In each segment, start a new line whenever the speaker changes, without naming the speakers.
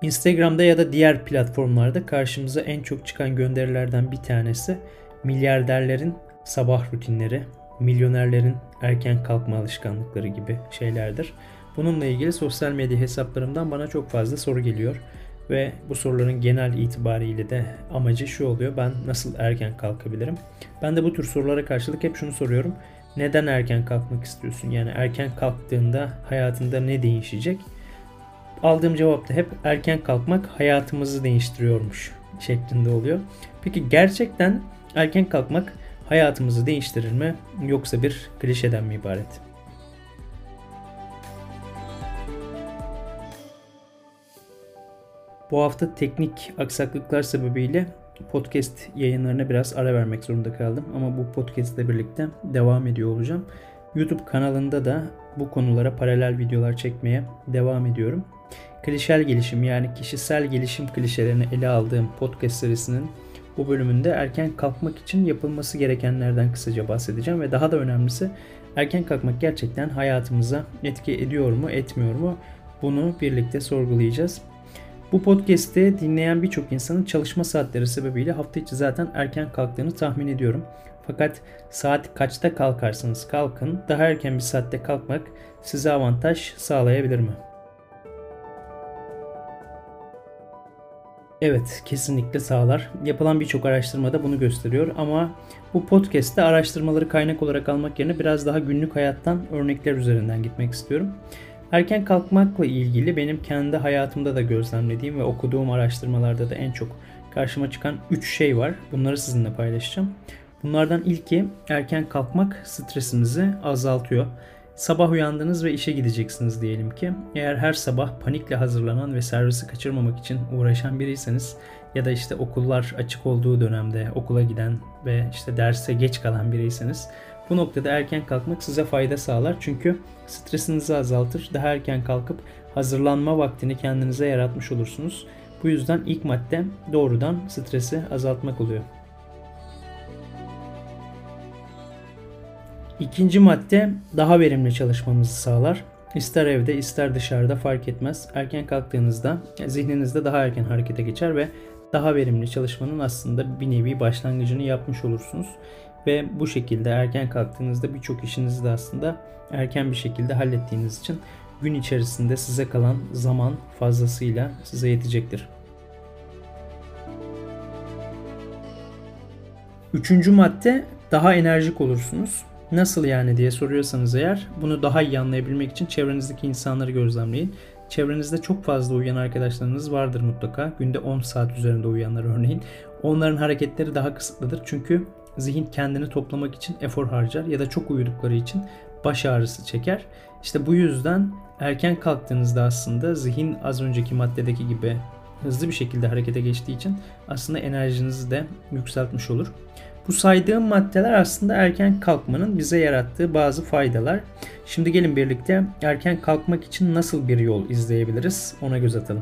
Instagram'da ya da diğer platformlarda karşımıza en çok çıkan gönderilerden bir tanesi milyarderlerin sabah rutinleri, milyonerlerin erken kalkma alışkanlıkları gibi şeylerdir. Bununla ilgili sosyal medya hesaplarımdan bana çok fazla soru geliyor ve bu soruların genel itibariyle de amacı şu oluyor: ben nasıl erken kalkabilirim? Ben de bu tür sorulara karşılık hep şunu soruyorum: neden erken kalkmak istiyorsun? Yani erken kalktığında hayatında ne değişecek? Aldığım cevap da hep erken kalkmak hayatımızı değiştiriyormuş şeklinde oluyor. Peki gerçekten erken kalkmak hayatımızı değiştirir mi, yoksa bir klişeden mi ibaret? Bu hafta teknik aksaklıklar sebebiyle podcast yayınlarına biraz ara vermek zorunda kaldım. Ama bu podcast ile birlikte devam ediyor olacağım. YouTube kanalında da bu konulara paralel videolar çekmeye devam ediyorum. Klişel gelişim, yani kişisel gelişim klişelerini ele aldığım podcast serisinin bu bölümünde erken kalkmak için yapılması gerekenlerden kısaca bahsedeceğim ve daha da önemlisi, erken kalkmak gerçekten hayatımıza etki ediyor mu, etmiyor mu? Bunu birlikte sorgulayacağız. Bu podcast'i dinleyen birçok insanın çalışma saatleri sebebiyle hafta içi zaten erken kalktığını tahmin ediyorum. Fakat saat kaçta kalkarsanız kalkın, daha erken bir saatte kalkmak size avantaj sağlayabilir mi? Evet, kesinlikle sağlar. Yapılan birçok araştırmada bunu gösteriyor ama bu podcast'te araştırmaları kaynak olarak almak yerine biraz daha günlük hayattan örnekler üzerinden gitmek istiyorum. Erken kalkmakla ilgili benim kendi hayatımda da gözlemlediğim ve okuduğum araştırmalarda da en çok karşıma çıkan 3 şey var. Bunları sizinle paylaşacağım. Bunlardan ilki, erken kalkmak stresimizi azaltıyor. Sabah uyandınız ve işe gideceksiniz diyelim ki. Eğer her sabah panikle hazırlanan ve servisi kaçırmamak için uğraşan biriyseniz ya da işte okullar açık olduğu dönemde okula giden ve işte derse geç kalan biriyseniz, bu noktada erken kalkmak size fayda sağlar. Çünkü stresinizi azaltır. Daha erken kalkıp hazırlanma vaktini kendinize yaratmış olursunuz. Bu yüzden ilk madde doğrudan stresi azaltmak oluyor. İkinci madde, daha verimli çalışmamızı sağlar. İster evde ister dışarıda fark etmez. Erken kalktığınızda zihninizde daha erken harekete geçer ve daha verimli çalışmanın aslında bir nevi başlangıcını yapmış olursunuz. Ve bu şekilde erken kalktığınızda birçok işinizi de aslında erken bir şekilde hallettiğiniz için gün içerisinde size kalan zaman fazlasıyla size yetecektir. Üçüncü madde, daha enerjik olursunuz. Nasıl yani diye soruyorsanız eğer, bunu daha iyi anlayabilmek için çevrenizdeki insanları gözlemleyin. Çevrenizde çok fazla uyuyan arkadaşlarınız vardır mutlaka. Günde 10 saat üzerinde uyuyanlar örneğin. Onların hareketleri daha kısıtlıdır. Çünkü zihin kendini toplamak için efor harcar ya da çok uyudukları için baş ağrısı çeker. İşte bu yüzden erken kalktığınızda aslında zihin az önceki maddedeki gibi hızlı bir şekilde harekete geçtiği için aslında enerjinizi de yükseltmiş olur. Bu saydığım maddeler aslında erken kalkmanın bize yarattığı bazı faydalar. Şimdi gelin birlikte erken kalkmak için nasıl bir yol izleyebiliriz ona göz atalım.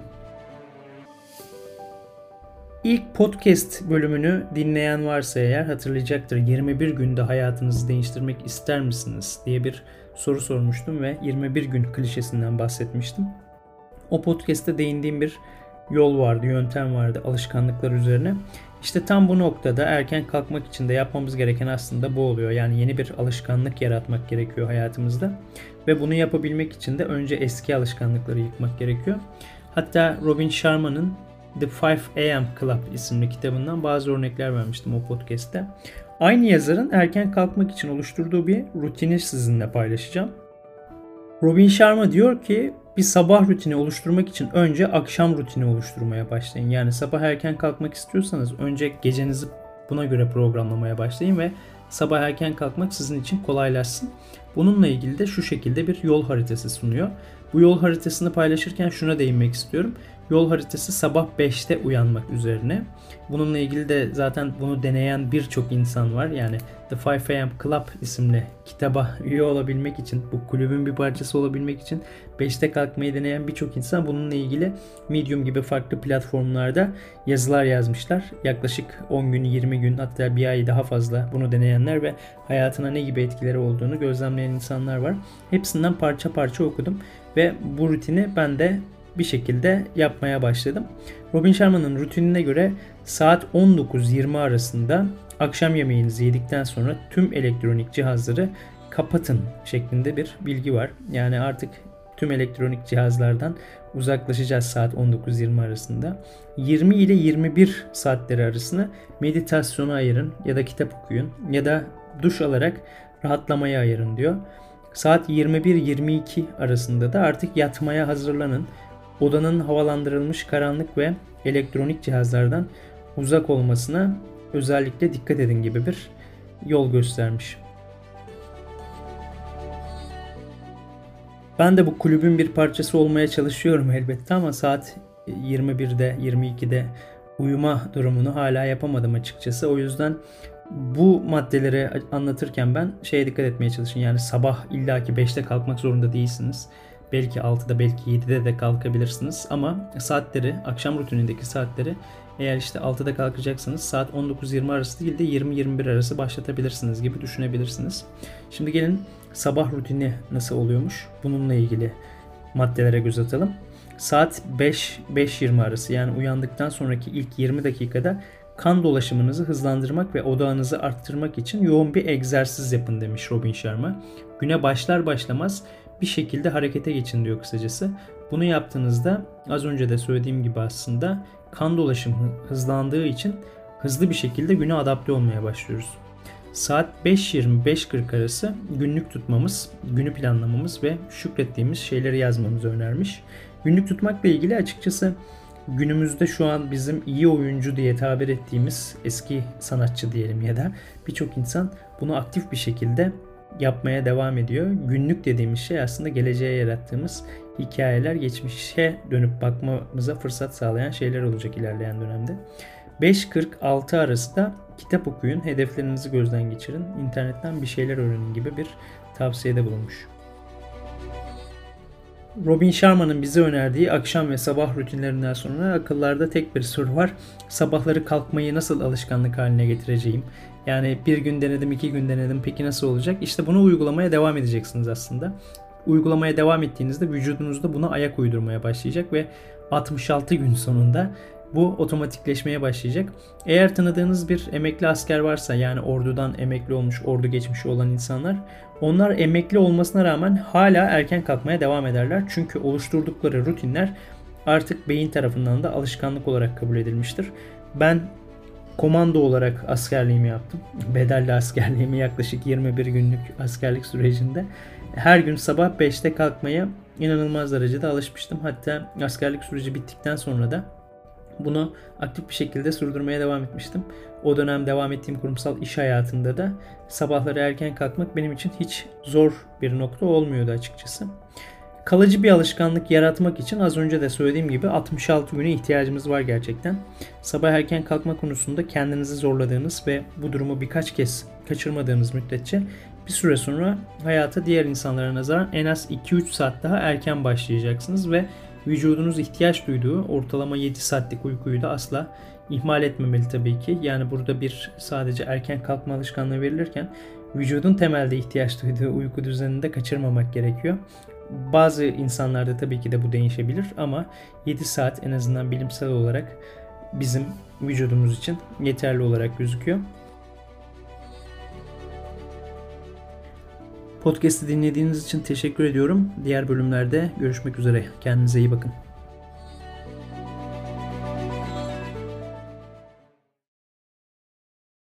İlk podcast bölümünü dinleyen varsa eğer hatırlayacaktır. 21 günde hayatınızı değiştirmek ister misiniz diye bir soru sormuştum ve 21 gün klişesinden bahsetmiştim. O podcast'te değindiğim bir yol vardı, yöntem vardı alışkanlıklar üzerine. İşte tam bu noktada erken kalkmak için de yapmamız gereken aslında bu oluyor. Yani yeni bir alışkanlık yaratmak gerekiyor hayatımızda. Ve bunu yapabilmek için de önce eski alışkanlıkları yıkmak gerekiyor. Hatta Robin Sharma'nın The 5 AM Club isimli kitabından bazı örnekler vermiştim o podcast'te. Aynı yazarın erken kalkmak için oluşturduğu bir rutini sizinle paylaşacağım. Robin Sharma diyor ki, bir sabah rutini oluşturmak için önce akşam rutini oluşturmaya başlayın. Yani sabah erken kalkmak istiyorsanız önce gecenizi buna göre programlamaya başlayın ve sabah erken kalkmak sizin için kolaylaşsın. Bununla ilgili de şu şekilde bir yol haritası sunuyor. Bu yol haritasını paylaşırken şuna değinmek istiyorum. Yol haritası sabah 5'te uyanmak üzerine. Bununla ilgili de zaten bunu deneyen birçok insan var. Yani The 5 AM Club isimli kitaba üye olabilmek için, bu kulübün bir parçası olabilmek için 5'te kalkmayı deneyen birçok insan bununla ilgili Medium gibi farklı platformlarda yazılar yazmışlar. Yaklaşık 10 gün, 20 gün, hatta bir ay daha fazla bunu deneyenler ve hayatına ne gibi etkileri olduğunu gözlemleyen insanlar var. Hepsinden parça parça okudum ve bu rutini ben de bir şekilde yapmaya başladım. Robin Sharma'nın rutinine göre saat 19-20 arasında akşam yemeğinizi yedikten sonra tüm elektronik cihazları kapatın şeklinde bir bilgi var. Yani artık tüm elektronik cihazlardan uzaklaşacağız saat 19-20 arasında. 20 ile 21 saatleri arasını meditasyona ayırın ya da kitap okuyun ya da duş alarak rahatlamaya ayırın diyor. Saat 21-22 arasında da artık yatmaya hazırlanın. Odanın havalandırılmış, karanlık ve elektronik cihazlardan uzak olmasına özellikle dikkat edin gibi bir yol göstermiş. Ben de bu kulübün bir parçası olmaya çalışıyorum elbette ama saat 21'de, 22'de uyuma durumunu hala yapamadım açıkçası. O yüzden bu maddeleri anlatırken ben şeye dikkat etmeye çalışın. Yani sabah illaki 5'te kalkmak zorunda değilsiniz. Belki 6'da, belki 7'de de kalkabilirsiniz. Ama saatleri, akşam rutinindeki saatleri eğer işte 6'da kalkacaksınız saat 19-20 arası değil de 20-21 arası başlatabilirsiniz gibi düşünebilirsiniz. Şimdi gelin sabah rutini nasıl oluyormuş? Bununla ilgili maddelere göz atalım. Saat 5-20 arası yani uyandıktan sonraki ilk 20 dakikada kan dolaşımınızı hızlandırmak ve odağınızı arttırmak için yoğun bir egzersiz yapın demiş Robin Sharma. Güne başlar başlamaz bir şekilde harekete geçin diyor kısacası. Bunu yaptığınızda az önce de söylediğim gibi aslında kan dolaşımı hızlandığı için hızlı bir şekilde güne adapte olmaya başlıyoruz. Saat 5:20-5:40 arası günlük tutmamız, günü planlamamız ve şükrettiğimiz şeyleri yazmamızı önermiş. Günlük tutmakla ilgili açıkçası günümüzde şu an bizim iyi oyuncu diye tabir ettiğimiz eski sanatçı diyelim ya da birçok insan bunu aktif bir şekilde yapmaya devam ediyor. Günlük dediğimiz şey aslında geleceğe yarattığımız hikayeler, geçmişe dönüp bakmamıza fırsat sağlayan şeyler olacak ilerleyen dönemde. 5:46 arası da kitap okuyun, hedeflerinizi gözden geçirin, internetten bir şeyler öğrenin gibi bir tavsiyede bulunmuş. Robin Sharma'nın bize önerdiği akşam ve sabah rutinlerinden sonra akıllarda tek bir soru var. Sabahları kalkmayı nasıl alışkanlık haline getireceğim? Yani bir gün denedim, 2 gün denedim. Peki nasıl olacak? İşte bunu uygulamaya devam edeceksiniz aslında. Uygulamaya devam ettiğinizde vücudunuzda buna ayak uydurmaya başlayacak ve 66 gün sonunda bu otomatikleşmeye başlayacak. Eğer tanıdığınız bir emekli asker varsa yani ordudan emekli olmuş, ordu geçmişi olan insanlar, onlar emekli olmasına rağmen hala erken kalkmaya devam ederler. Çünkü oluşturdukları rutinler artık beyin tarafından da alışkanlık olarak kabul edilmiştir. Ben komando olarak askerliğimi yaptım. Bedelli askerliğimi yaklaşık 21 günlük askerlik sürecinde. Her gün sabah 5'te kalkmaya inanılmaz derecede alışmıştım. Hatta askerlik süreci bittikten sonra da bunu aktif bir şekilde sürdürmeye devam etmiştim. O dönem devam ettiğim kurumsal iş hayatında da sabahları erken kalkmak benim için hiç zor bir nokta olmuyordu açıkçası. Kalıcı bir alışkanlık yaratmak için az önce de söylediğim gibi 66 güne ihtiyacımız var gerçekten. Sabah erken kalkma konusunda kendinizi zorladığınız ve bu durumu birkaç kez kaçırmadığınız müddetçe bir süre sonra hayata diğer insanlara nazaran en az 2-3 saat daha erken başlayacaksınız ve vücudunuz ihtiyaç duyduğu ortalama 7 saatlik uykuyu da asla ihmal etmemeli tabii ki. Yani burada bir sadece erken kalkma alışkanlığı verilirken vücudun temelde ihtiyaç duyduğu uyku düzenini de kaçırmamak gerekiyor. Bazı insanlarda tabii ki de bu değişebilir ama 7 saat en azından bilimsel olarak bizim vücudumuz için yeterli olarak gözüküyor. Podcast'ı dinlediğiniz için teşekkür ediyorum. Diğer bölümlerde görüşmek üzere. Kendinize iyi bakın.